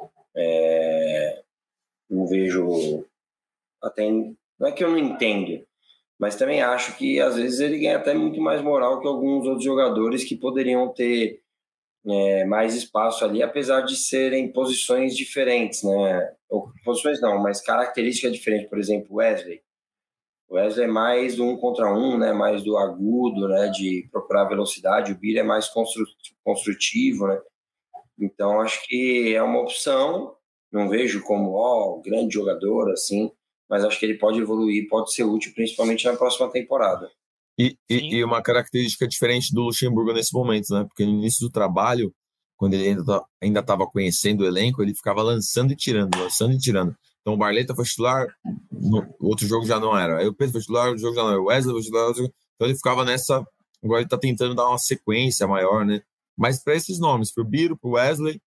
[SPEAKER 2] Não vejo, até, não é que eu não entendo, mas também acho que às vezes ele ganha até muito mais moral que alguns outros jogadores que poderiam ter mais espaço ali, apesar de serem posições diferentes, né? Ou, posições não, mas características diferentes. Por exemplo, o Wesley é mais do 1 contra 1, né? Mais do agudo, né? De procurar velocidade. O Biro é mais construtivo, né? Então acho que é uma opção. Não vejo como grande jogador assim, mas acho que ele pode evoluir, pode ser útil, principalmente na próxima temporada.
[SPEAKER 3] E uma característica diferente do Luxemburgo nesse momento, né? Porque no início do trabalho, quando ele ainda estava conhecendo o elenco, ele ficava lançando e tirando. Então o Barleta foi titular, no outro jogo já não era. Aí o Pedro foi titular, outro jogo já não era. O Wesley foi titular, então ele ficava nessa. Agora ele está tentando dar uma sequência maior, né? Mas para esses nomes, para o Biro, para o Wesley,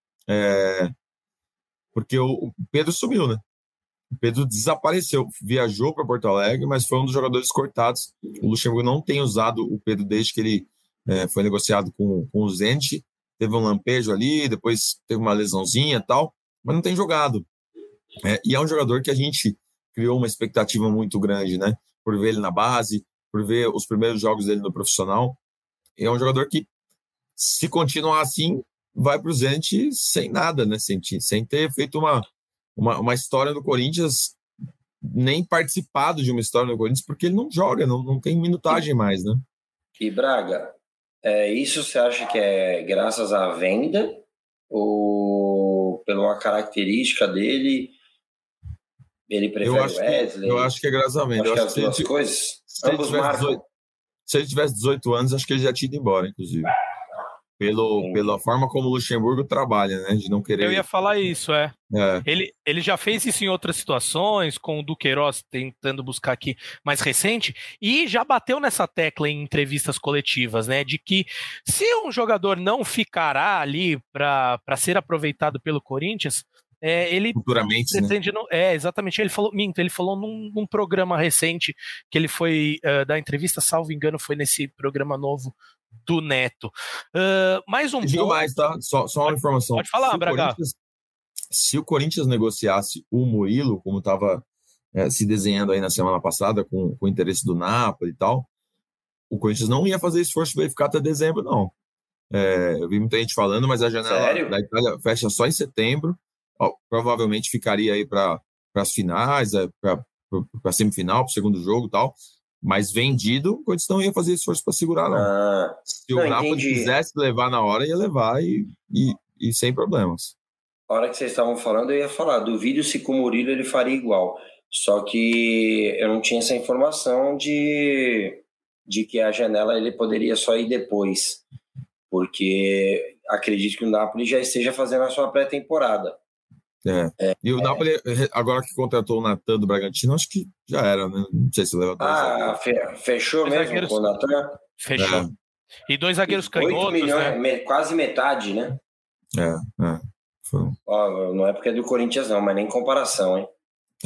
[SPEAKER 3] porque o Pedro sumiu, né? O Pedro desapareceu, viajou para Porto Alegre, mas foi um dos jogadores cortados. O Luxemburgo não tem usado o Pedro desde que ele foi negociado com o Zenit. Teve um lampejo ali, depois teve uma lesãozinha e tal, mas não tem jogado. E é um jogador que a gente criou uma expectativa muito grande, né? Por ver ele na base, por ver os primeiros jogos dele no profissional. É um jogador que, se continuar assim, vai para o Zenit sem nada, né? Sem ter feito uma história no Corinthians, nem participado de uma história no Corinthians, porque ele não joga, não tem minutagem mais, né?
[SPEAKER 2] E Braga, isso você acha que é graças à venda ou pela uma característica dele? Ele prefere o Wesley?
[SPEAKER 3] Eu acho que é graças à venda.
[SPEAKER 2] Acho que as duas coisas. Ambos marcam.
[SPEAKER 3] Se ele tivesse 18 anos, acho que ele já tinha ido embora, inclusive. Pela forma como o Luxemburgo trabalha, né? De não querer...
[SPEAKER 1] Eu ia falar isso, Ele já fez isso em outras situações, com o Duqueiroz tentando buscar aqui mais recente, e já bateu nessa tecla em entrevistas coletivas, né? De que se um jogador não ficará ali para ser aproveitado pelo Corinthians, ele
[SPEAKER 3] futuramente,
[SPEAKER 1] pretende, né? Exatamente, ele falou num programa recente que ele foi dar entrevista, salvo engano, foi nesse programa novo do Neto. Mais um
[SPEAKER 3] ponto. Mais, tá? Só uma informação.
[SPEAKER 1] Pode falar, Braga.
[SPEAKER 3] Se o Corinthians negociasse o Murilo, como estava se desenhando aí na semana passada, com o interesse do Napoli e tal, o Corinthians não ia fazer esforço para ele ficar até dezembro, não. Eu vi muita gente falando, mas a janela da Itália fecha só em setembro. Provavelmente ficaria aí para as finais, para a semifinal, para o segundo jogo e tal. Mas vendido, o Corinthians não ia fazer esforço para segurar, não. Se o Napoli quisesse levar na hora, ia levar e sem problemas.
[SPEAKER 2] A hora que vocês estavam falando, eu ia falar, duvido se com o Murilo ele faria igual. Só que eu não tinha essa informação de que a janela ele poderia só ir depois. Porque acredito que o Napoli já esteja fazendo a sua pré-temporada.
[SPEAKER 3] E o Napoli, agora que contratou o Natan do Bragantino, acho que já era, né? Não sei se leva.
[SPEAKER 2] Fechou mesmo com o Natan?
[SPEAKER 1] Fechou. E 2 zagueiros canhotos,
[SPEAKER 2] 8 milhões, né? Quase metade, né? Não é porque é do Corinthians não, mas nem comparação, hein?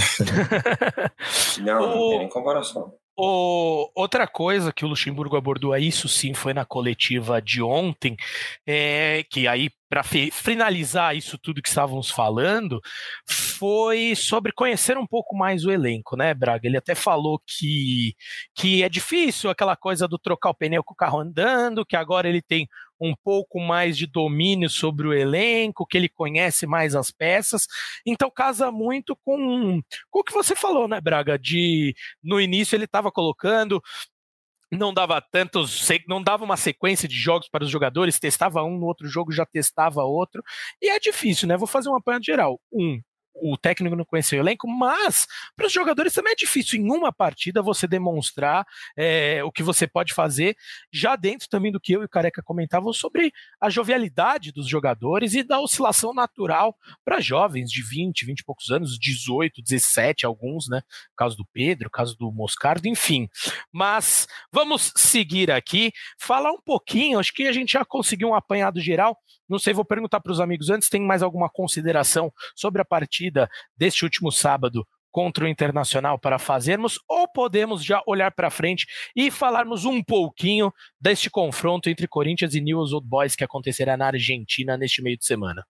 [SPEAKER 2] Não tem nem comparação.
[SPEAKER 1] Outra coisa que o Luxemburgo abordou, isso sim foi na coletiva de ontem, que aí, para finalizar isso tudo que estávamos falando, foi sobre conhecer um pouco mais o elenco, né, Braga? Ele até falou que é difícil aquela coisa do trocar o pneu com o carro andando, que agora ele tem um pouco mais de domínio sobre o elenco, que ele conhece mais as peças, então casa muito com o que você falou, né, Braga? No início ele estava colocando, não dava uma sequência de jogos para os jogadores, testava um, no outro jogo já testava outro, e é difícil, né? Vou fazer um apanhado geral. O técnico não conheceu o elenco, mas para os jogadores também é difícil em uma partida você demonstrar o que você pode fazer, já dentro também do que eu e o Careca comentavam sobre a jovialidade dos jogadores e da oscilação natural para jovens de 20 e poucos anos, 18, 17, alguns, né? O caso do Pedro, o caso do Moscardo, enfim. Mas vamos seguir aqui, falar um pouquinho, acho que a gente já conseguiu um apanhado geral. Não sei, vou perguntar para os amigos antes, tem mais alguma consideração sobre a partida deste último sábado contra o Internacional para fazermos, ou podemos já olhar para frente e falarmos um pouquinho deste confronto entre Corinthians e Newell's Old Boys que acontecerá na Argentina neste meio de semana?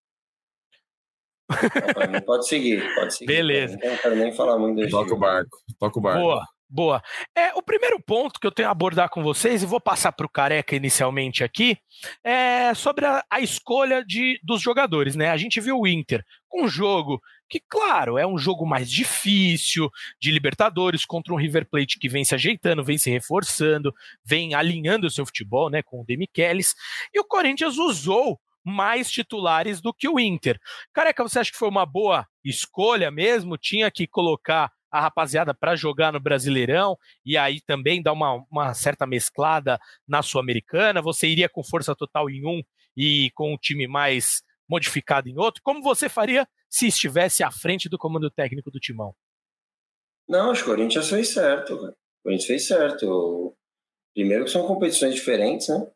[SPEAKER 2] Pode seguir.
[SPEAKER 1] Beleza.
[SPEAKER 2] Não quero nem falar muito desse
[SPEAKER 3] Toca o barco.
[SPEAKER 1] Boa. O primeiro ponto que eu tenho a abordar com vocês, e vou passar para o Careca inicialmente aqui, é sobre a escolha dos jogadores, né? A gente viu o Inter com um jogo que, claro, é um jogo mais difícil, de Libertadores, contra um River Plate que vem se ajeitando, vem se reforçando, vem alinhando o seu futebol, né, com o De Michelis, e o Corinthians usou mais titulares do que o Inter. Careca, você acha que foi uma boa escolha mesmo? Tinha que colocar a rapaziada para jogar no Brasileirão e aí também dar uma certa mesclada na Sul-Americana? Você iria com força total em um e com um time mais modificado em outro? Como você faria se estivesse à frente do comando técnico do Timão?
[SPEAKER 2] Não, acho que o Corinthians fez certo. O Corinthians fez certo. Primeiro que são competições diferentes, né?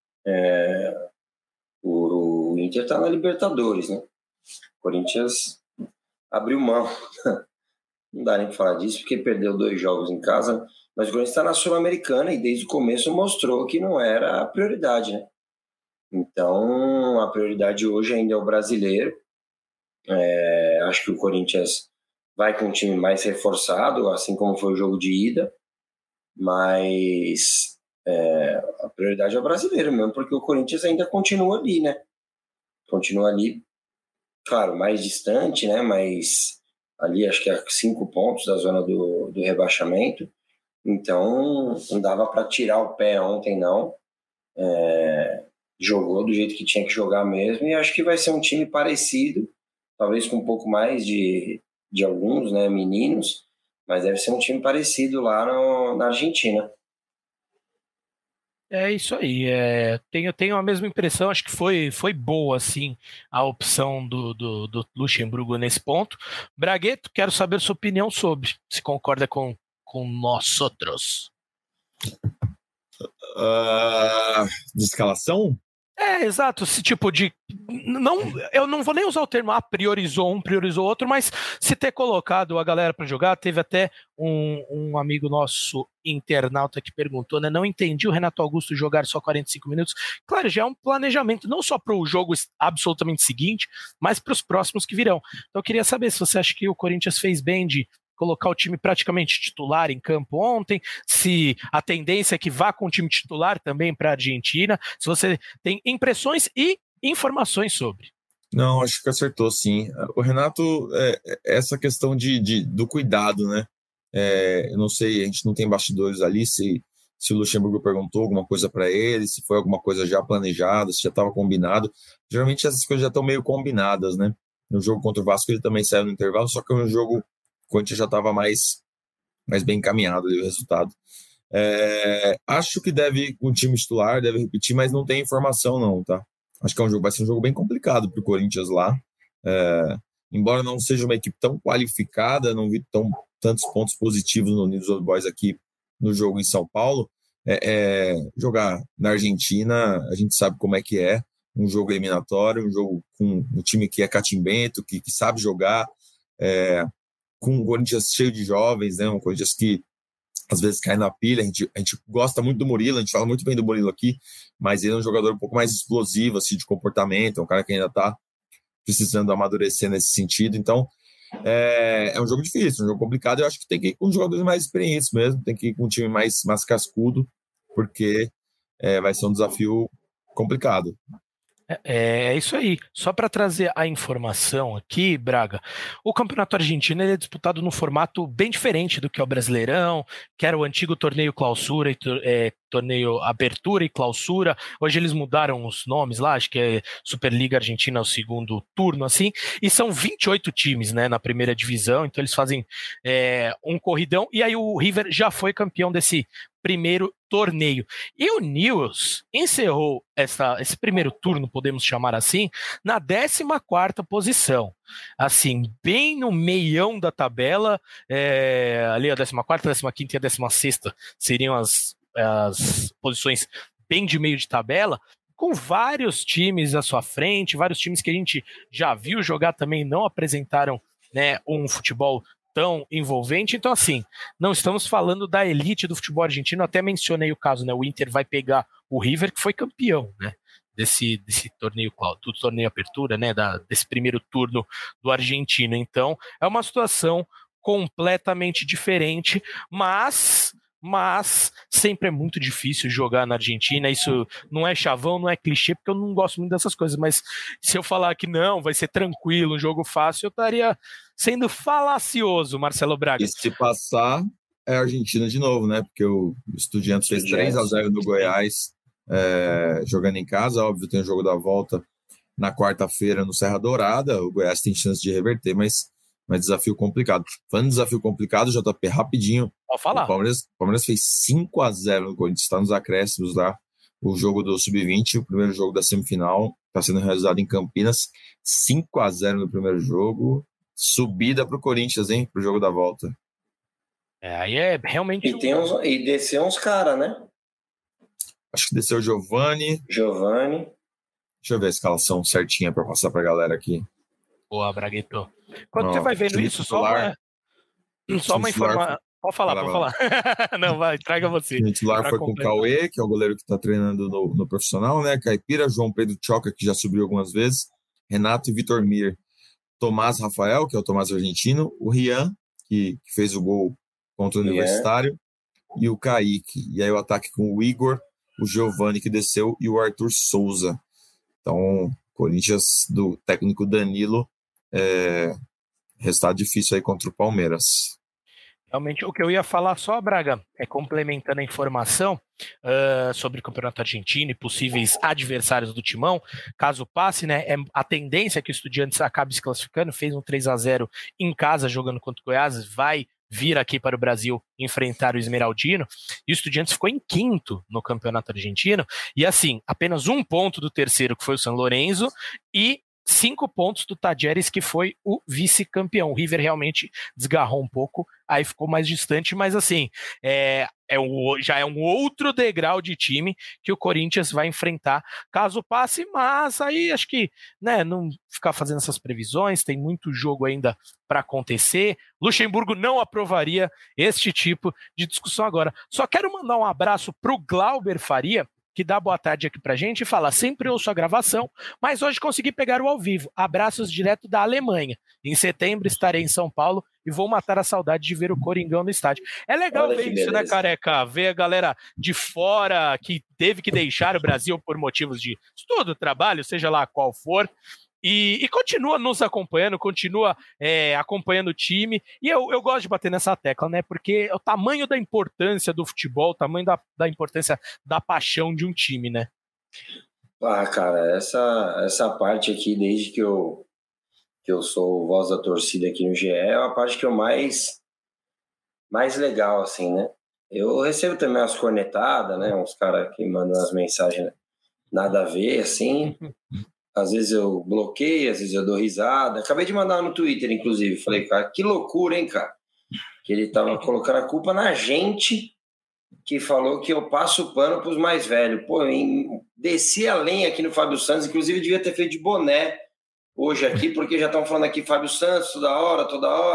[SPEAKER 2] O Inter está na Libertadores, né? O Corinthians abriu mão. Não dá nem para falar disso, porque perdeu 2 jogos em casa, mas o Corinthians está na Sul-Americana e desde o começo mostrou que não era a prioridade, né? Então, a prioridade hoje ainda é o brasileiro. Acho que o Corinthians vai com um time mais reforçado, assim como foi o jogo de ida, mas a prioridade é o brasileiro mesmo, porque o Corinthians ainda continua ali, né? Continua ali, claro, mais distante, né? Mas ali acho que é 5 pontos da zona do rebaixamento, então não dava para tirar o pé ontem, não. Jogou do jeito que tinha que jogar mesmo, e acho que vai ser um time parecido, talvez com um pouco mais de alguns, né, meninos, mas deve ser um time parecido lá na Argentina.
[SPEAKER 1] É isso aí, eu tenho a mesma impressão, acho que foi boa, assim, a opção do Luxemburgo nesse ponto. Bragueto, quero saber sua opinião sobre, se concorda com nós outros.
[SPEAKER 3] De escalação?
[SPEAKER 1] Exato, esse tipo de... eu não vou nem usar o termo priorizou um, priorizou outro, mas se ter colocado a galera para jogar, teve até um amigo nosso internauta que perguntou, né? Não entendi o Renato Augusto jogar só 45 minutos. Claro, já é um planejamento, não só para o jogo absolutamente seguinte, mas para os próximos que virão. Então eu queria saber se você acha que o Corinthians fez bem de colocar o time praticamente titular em campo ontem, se a tendência é que vá com o time titular também para a Argentina, se você tem impressões e informações sobre.
[SPEAKER 3] Não, acho que acertou sim. O Renato, essa questão do cuidado, né? Eu não sei, a gente não tem bastidores ali, se o Luxemburgo perguntou alguma coisa para ele, se foi alguma coisa já planejada, se já estava combinado. Geralmente essas coisas já estão meio combinadas, né? No jogo contra o Vasco ele também saiu no intervalo, só que no jogo o Corinthians já estava mais bem encaminhado ali o resultado. Acho que deve ir com o time titular, deve repetir, mas não tem informação não, tá? Acho que vai ser um jogo bem complicado para o Corinthians lá. embora não seja uma equipe tão qualificada, não vi tantos pontos positivos no News Old Boys aqui no jogo em São Paulo. Jogar na Argentina, a gente sabe como é que é, um jogo eliminatório, um jogo com um time que é catimbento, que sabe jogar, com um Corinthians cheio de jovens, né? Um Corinthians que às vezes cai na pilha. A gente gosta muito do Murilo, a gente fala muito bem do Murilo aqui, mas ele é um jogador um pouco mais explosivo, assim, de comportamento, é um cara que ainda está precisando amadurecer nesse sentido. Então, é um jogo difícil, um jogo complicado. Eu acho que tem que ir com jogadores mais experientes mesmo, tem que ir com um time mais cascudo, porque vai ser um desafio complicado.
[SPEAKER 1] É isso aí. Só para trazer a informação aqui, Braga, o Campeonato Argentino ele é disputado num formato bem diferente do que é o Brasileirão, que era o antigo torneio clausura e torneio abertura e clausura. Hoje eles mudaram os nomes lá, acho que é Superliga Argentina, o segundo turno, assim, e são 28 times, né, na primeira divisão, então eles fazem um corridão, e aí o River já foi campeão desse primeiro torneio. E o Newell's encerrou esse primeiro turno, podemos chamar assim, na 14ª posição. Assim, bem no meião da tabela, ali a 14ª, 15ª e a 16ª seriam as posições bem de meio de tabela, com vários times à sua frente, vários times que a gente já viu jogar também não apresentaram, né, um futebol tão envolvente. Então, assim, não estamos falando da elite do futebol argentino. Até mencionei o caso, né? O Inter vai pegar o River, que foi campeão, né? Desse torneio, do torneio apertura, né? Desse primeiro turno do argentino. Então, é uma situação completamente diferente, mas sempre é muito difícil jogar na Argentina. Isso não é chavão, não é clichê, porque eu não gosto muito dessas coisas, mas se eu falar que não, vai ser tranquilo, um jogo fácil, eu estaria sendo falacioso, Marcelo Braga.
[SPEAKER 3] E se passar, é a Argentina de novo, né? Porque o Estudiantes fez 3-0 no Goiás, jogando em casa. Óbvio, tem o jogo da volta na quarta-feira no Serra Dourada. O Goiás tem chance de reverter, mas desafio complicado. Falando em desafio complicado, JP, rapidinho.
[SPEAKER 1] Pode falar.
[SPEAKER 3] O Palmeiras fez 5-0 no Corinthians, está nos acréscimos lá. O jogo do Sub-20, o primeiro jogo da semifinal, está sendo realizado em Campinas. 5-0 no primeiro jogo. Subida para o Corinthians, hein? Para o jogo da volta.
[SPEAKER 1] Aí é realmente.
[SPEAKER 2] E desceu uns caras, né?
[SPEAKER 3] Acho que desceu o Giovani. Deixa eu ver a escalação certinha para passar para a galera aqui.
[SPEAKER 1] Boa, Bragueto. Quando você vai vendo isso, só uma informação. Pode falar. Não, vai, traga você.
[SPEAKER 3] O titular foi com o Cauê, que é o goleiro que está treinando no profissional, né? Caipira, João Pedro Choca, que já subiu algumas vezes, Renato e Vitor Mir. Tomás Rafael, que é o Tomás argentino, o Rian, que fez o gol contra o Universitário, e o Kaique. E aí o ataque com o Igor, o Giovani, que desceu, e o Arthur Souza. Então, Corinthians do técnico Danilo, resultado difícil aí contra o Palmeiras.
[SPEAKER 1] Realmente, o que eu ia falar só, Braga, complementando a informação sobre o Campeonato Argentino e possíveis adversários do Timão, caso passe, né, a tendência é que o Estudiantes acabe se classificando, fez um 3-0 em casa jogando contra o Goiás, vai vir aqui para o Brasil enfrentar o Esmeraldino, e o Estudiantes ficou em 5º no Campeonato Argentino, e assim, apenas 1 ponto do terceiro, que foi o San Lorenzo, e 5 pontos do Tajeres, que foi o vice-campeão. O River realmente desgarrou um pouco, aí ficou mais distante, mas assim, já é um outro degrau de time que o Corinthians vai enfrentar caso passe, mas aí acho que, né, não ficar fazendo essas previsões, tem muito jogo ainda para acontecer. Luxemburgo não aprovaria este tipo de discussão agora. Só quero mandar um abraço pro Glauber Faria, que dá boa tarde aqui pra gente e fala: sempre ouço a gravação, mas hoje consegui pegar o ao vivo. Abraços direto da Alemanha. Em setembro estarei em São Paulo e vou matar a saudade de ver o Coringão no estádio. É legal ver isso, né, Careca? Ver a galera de fora que teve que deixar o Brasil por motivos de estudo, trabalho, seja lá qual for. E continua nos acompanhando, continua acompanhando o time. E eu gosto de bater nessa tecla, né? Porque é o tamanho da importância do futebol, o tamanho da importância da paixão de um time, né?
[SPEAKER 2] Ah, cara, essa parte aqui, desde que eu sou voz da torcida aqui no GE, é a parte que eu mais legal, assim, né? Eu recebo também umas cornetadas, né? Uns caras que mandam as mensagens nada a ver, assim. às vezes eu bloqueio, às vezes eu dou risada. Acabei de mandar no Twitter, inclusive. Falei, cara, que loucura, hein, cara? Que ele tava colocando a culpa na gente, que falou que eu passo o pano pros mais velhos. Pô, desci a lenha aqui no Fábio Santos, inclusive devia ter feito de boné hoje aqui, porque já estão falando aqui Fábio Santos toda hora.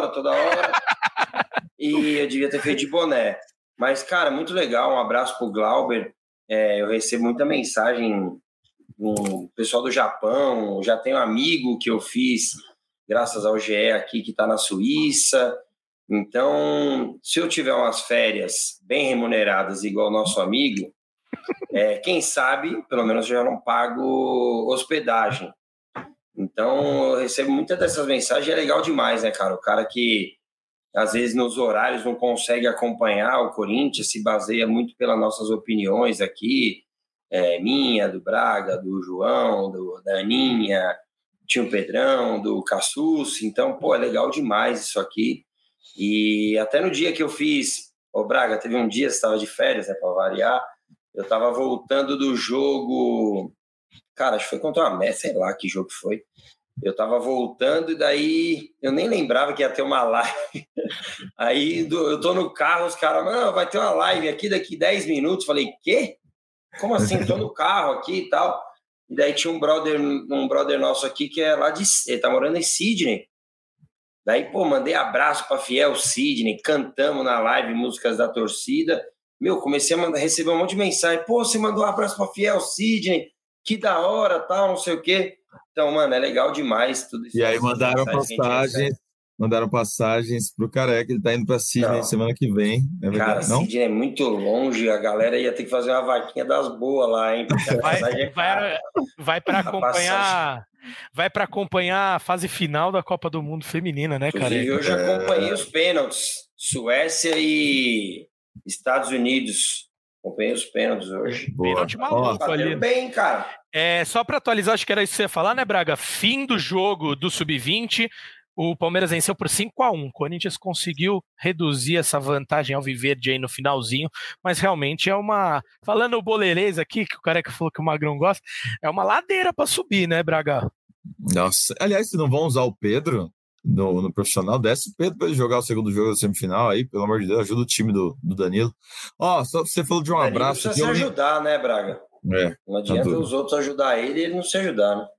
[SPEAKER 2] E eu devia ter feito de boné. Mas, cara, muito legal. Um abraço pro Glauber. Eu recebo muita mensagem do pessoal do Japão. Já tenho um amigo que eu fiz graças ao GE aqui, que está na Suíça. Então, se eu tiver umas férias bem remuneradas, igual o nosso amigo, quem sabe, pelo menos eu já não pago hospedagem. Então, eu recebo muitas dessas mensagens, é legal demais, né, cara? O cara que, às vezes, nos horários não consegue acompanhar o Corinthians, se baseia muito pelas nossas opiniões aqui, minha, do Braga, do João, da Aninha, tinha o Pedrão, do Cassus. Então, pô, é legal demais isso aqui. E até no dia que eu fiz, Braga, teve um dia, você estava de férias, né, para variar, eu estava voltando do jogo, cara, acho que foi contra a Mets, sei lá que jogo foi. Eu estava voltando e daí eu nem lembrava que ia ter uma live. Aí eu tô no carro, os caras, não, vai ter uma live aqui daqui 10 minutos. Falei, quê? Como assim? Tô no carro aqui e tal. E daí tinha um brother nosso aqui que é lá ele tá morando em Sydney. Daí, pô, mandei abraço pra Fiel Sydney, cantamos na live músicas da torcida. Comecei a receber um monte de mensagem. Pô, você mandou um abraço pra Fiel Sydney, que da hora, tal, não sei o quê. Então, mano, é legal demais tudo isso.
[SPEAKER 3] E aí mandaram passagens pro Careca, ele tá indo pra Sydney semana que vem.
[SPEAKER 2] Cara, Sydney é muito longe, a galera ia ter que fazer uma vaquinha das boas lá, hein?
[SPEAKER 1] Vai para acompanhar a fase final da Copa do Mundo Feminina, né, cara?
[SPEAKER 2] Eu já acompanhei os pênaltis. Suécia e Estados Unidos. Acompanhei os pênaltis hoje.
[SPEAKER 1] Pênalti maluco ali.
[SPEAKER 2] Bem, cara.
[SPEAKER 1] Só para atualizar, acho que era isso que você ia falar, né, Braga? Fim do jogo do Sub-20. O Palmeiras venceu por 5-1. O Corinthians conseguiu reduzir essa vantagem alviverde aí no finalzinho, mas realmente falando o boleirês aqui, que o Careca falou que o Magrão gosta, é uma ladeira para subir, né, Braga?
[SPEAKER 3] Nossa, aliás, se não vão usar o Pedro no profissional, desce o Pedro para ele jogar o segundo jogo da semifinal aí, pelo amor de Deus, ajuda o time do Danilo. Só você falou de um abraço
[SPEAKER 2] aqui. Precisa se ajudar, né, Braga? Não adianta os outros ajudar ele não se ajudar, né?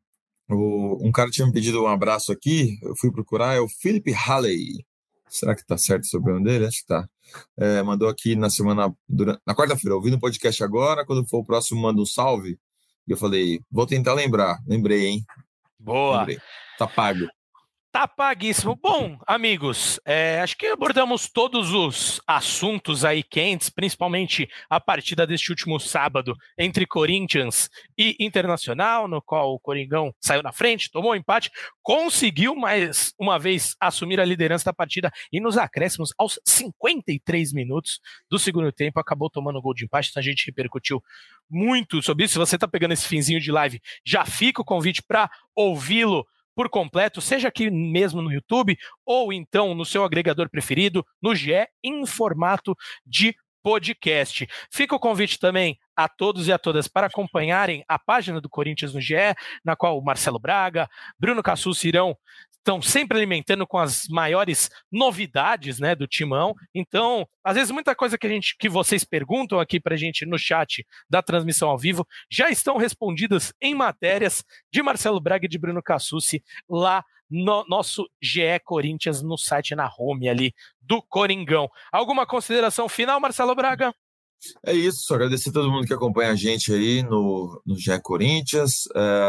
[SPEAKER 3] Um cara tinha me pedido um abraço aqui, eu fui procurar, é o Philip Halley. Será que tá certo o sobrenome dele? Acho que tá. Mandou aqui na quarta-feira, ouvindo o podcast agora, quando for o próximo, manda um salve. E eu falei, vou tentar lembrar. Lembrei, hein?
[SPEAKER 1] Boa.
[SPEAKER 3] Lembrei. Tá pago.
[SPEAKER 1] Tá paguíssimo. Bom, amigos, acho que abordamos todos os assuntos aí quentes, principalmente a partida deste último sábado entre Corinthians e Internacional, no qual o Coringão saiu na frente, tomou um empate, conseguiu mais uma vez assumir a liderança da partida e nos acréscimos aos 53 minutos do segundo tempo acabou tomando o gol de empate, então a gente repercutiu muito sobre isso. Se você tá pegando esse finzinho de live, já fica o convite para ouvi-lo por completo, seja aqui mesmo no YouTube ou então no seu agregador preferido, no GE, em formato de podcast. Fica o convite também a todos e a todas para acompanharem a página do Corinthians no GE, na qual o Marcelo Braga, Bruno Cassus estão sempre alimentando com as maiores novidades, né, do timão. Então, às vezes, muita coisa que vocês perguntam aqui pra gente no chat da transmissão ao vivo já estão respondidas em matérias de Marcelo Braga e de Bruno Cassucci lá no nosso GE Corinthians, no site, na home ali do Coringão. Alguma consideração final, Marcelo Braga?
[SPEAKER 3] É isso, só agradecer a todo mundo que acompanha a gente aí no GE Corinthians.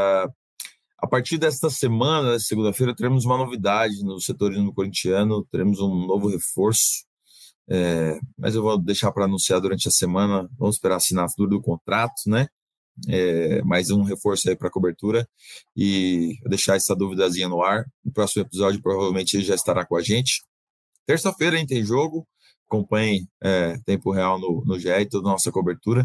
[SPEAKER 3] A partir desta semana, segunda-feira, teremos uma novidade no setorismo corintiano, teremos um novo reforço, mas eu vou deixar para anunciar durante a semana, vamos esperar a assinatura do contrato, né? Mais um reforço aí para a cobertura e vou deixar essa duvidazinha no ar. No próximo episódio, provavelmente, ele já estará com a gente. Terça-feira, hein, tem jogo, acompanhem tempo real no GE e toda a nossa cobertura.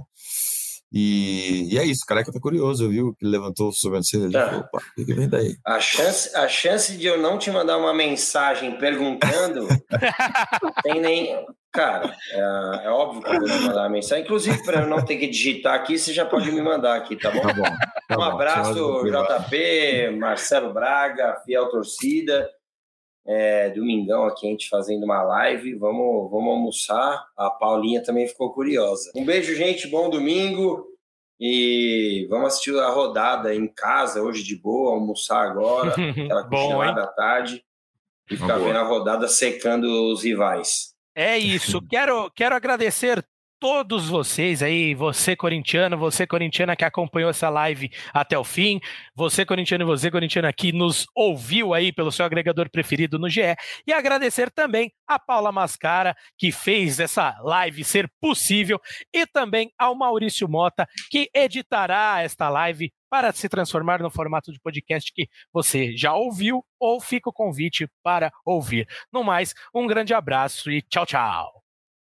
[SPEAKER 3] E é isso, o Careca tá curioso, viu? Que levantou sobre a sobrancelha. Opa, o que vem daí?
[SPEAKER 2] A chance de eu não te mandar uma mensagem perguntando tem nem. Cara, é óbvio que eu vou te mandar uma mensagem. Inclusive, para eu não ter que digitar aqui, você já pode me mandar aqui, tá bom?
[SPEAKER 3] Tá
[SPEAKER 2] um abraço, JP, Marcelo Braga, fiel torcida. Domingão aqui a gente fazendo uma live. Vamos almoçar. A Paulinha também ficou curiosa. Um beijo, gente. Bom domingo. E vamos assistir a rodada em casa hoje de boa, almoçar agora, aquela cochilada à tarde e ficar vendo a rodada secando os rivais.
[SPEAKER 1] É isso. Quero agradecer todos vocês aí, você corintiana que acompanhou essa live até o fim, você corintiano e você corintiana que nos ouviu aí pelo seu agregador preferido no GE, e agradecer também a Paula Mascara, que fez essa live ser possível, e também ao Maurício Mota, que editará esta live para se transformar no formato de podcast que você já ouviu ou fica o convite para ouvir. No mais, um grande abraço e tchau, tchau!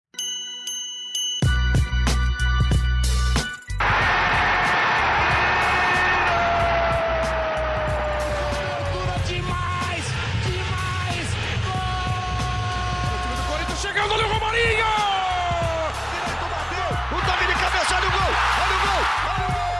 [SPEAKER 4] Chegando ali o Romarinho! Direito bateu, o Domini cabeçalho, o gol! Olha o gol! Olha o gol!